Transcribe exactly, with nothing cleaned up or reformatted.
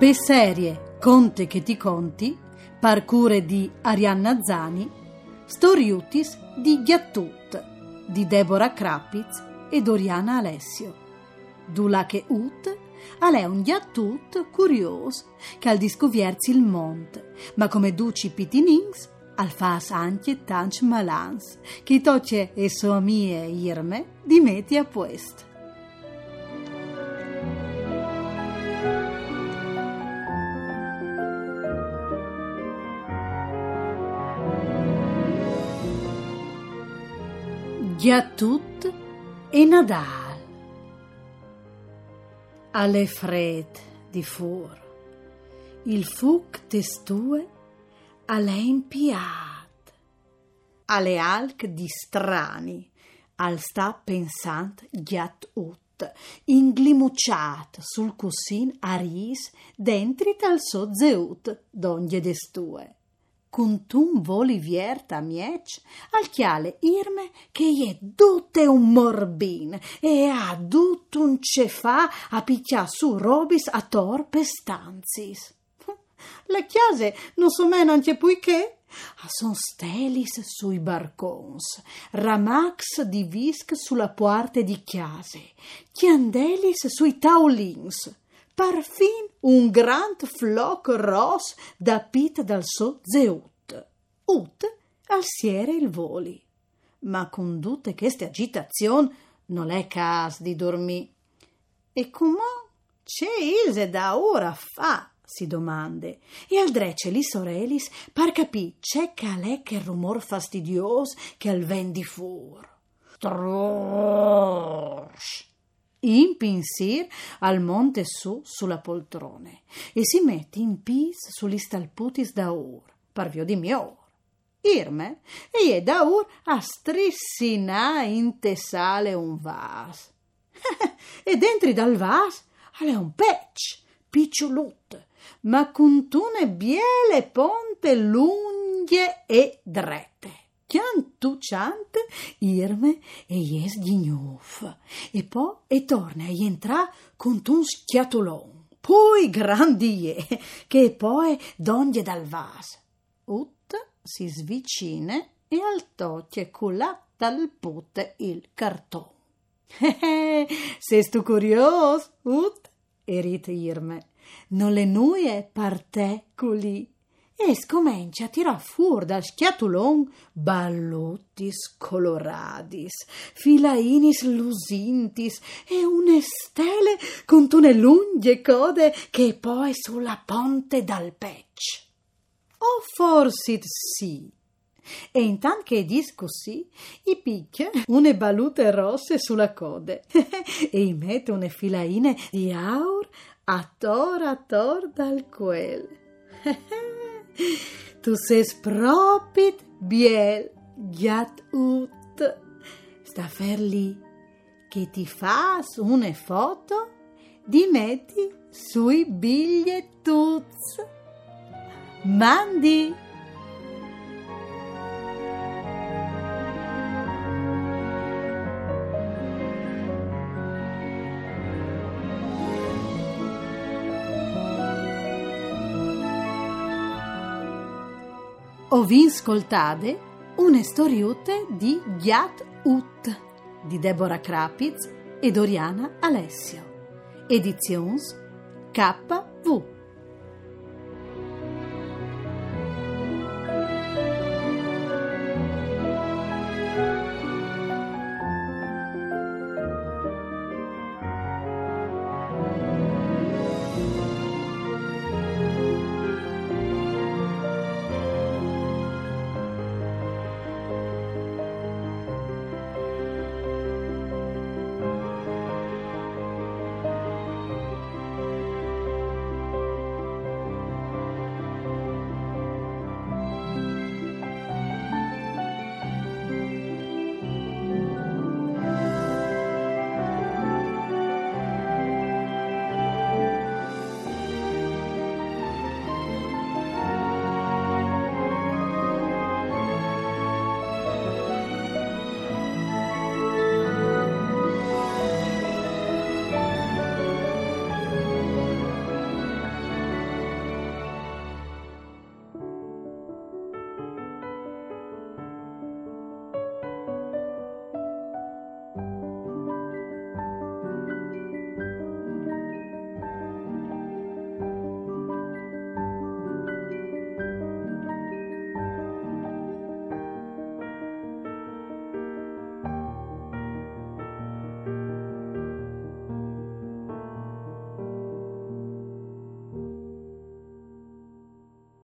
Per serie Conte che ti conti, parcure di Arianna Zani, storiutis di Ghiattut di Deborah Krapitz e Doriana Alessio. Dula che ut è un Ghiattut curios che al discovierzi il mont, ma come duci pitinings al fas anche tanch malans che toce e so mie irme di metti a puest. Ghiattut e Nadal. Alle fred di fur, il fuc testue alle impiat, alle alc di strani, al sta pensant Ghiattut, inglimucciat sul cussin aris dentrit al so zeut, donge destue. Cuntun voli vierta miec, al chiale irme che je dutte un morbin e ha dut un cefà a picchia su robis a tor pestanzis. Le chiase non so meno anche poiché a son stelis sui barcons, ramax di visc sulla porte di chiase, chiandelis sui taulins, parfin un grand floc ros da pit dal so zeut, ut al siere il voli. Ma con tutte queste agitazioni non è cas di dormì. E com'ò c'è ilse da ora fa? Si domande, e al drece li sorelis par capì c'è calè che rumor fastidios che al ven di fur. Trosh! In pinsir al monte su sulla poltrone e si mette in pis sugli stalputis da ur, parvio di mior. Irme e è da ur a strissina in tesale un vas. E dentri dal vas alle un pec, picciulut, ma con tune biele ponte lunghe e drette. Chiantucciante Irme e ies ghignuf e poi e torna a entra con un schiatolon poi grandi je che poi donge dal vas ut si svicine e al tocche culat dal pute il carton. Sei tu curios ut erit Irme non le nuie parte culi e scomincia a tirar fuor dal schiatulon ballottis coloradis, filainis lusintis e une stele con tune lunghe code che poi sulla ponte dal pec. O forsit sì. E intant che dis così, i picchia une balute rosse sulla code e i mette une filaine di aur a tor a tor dal quel. Tu ses propit biel Ghiattut. Sta fer lì che ti fas une foto di metti sui bigliettuz. Mandi! Ho vinscoltade une storiute di Ghiattut di Deborah Krapitz e Doriana Alessio. Editions K V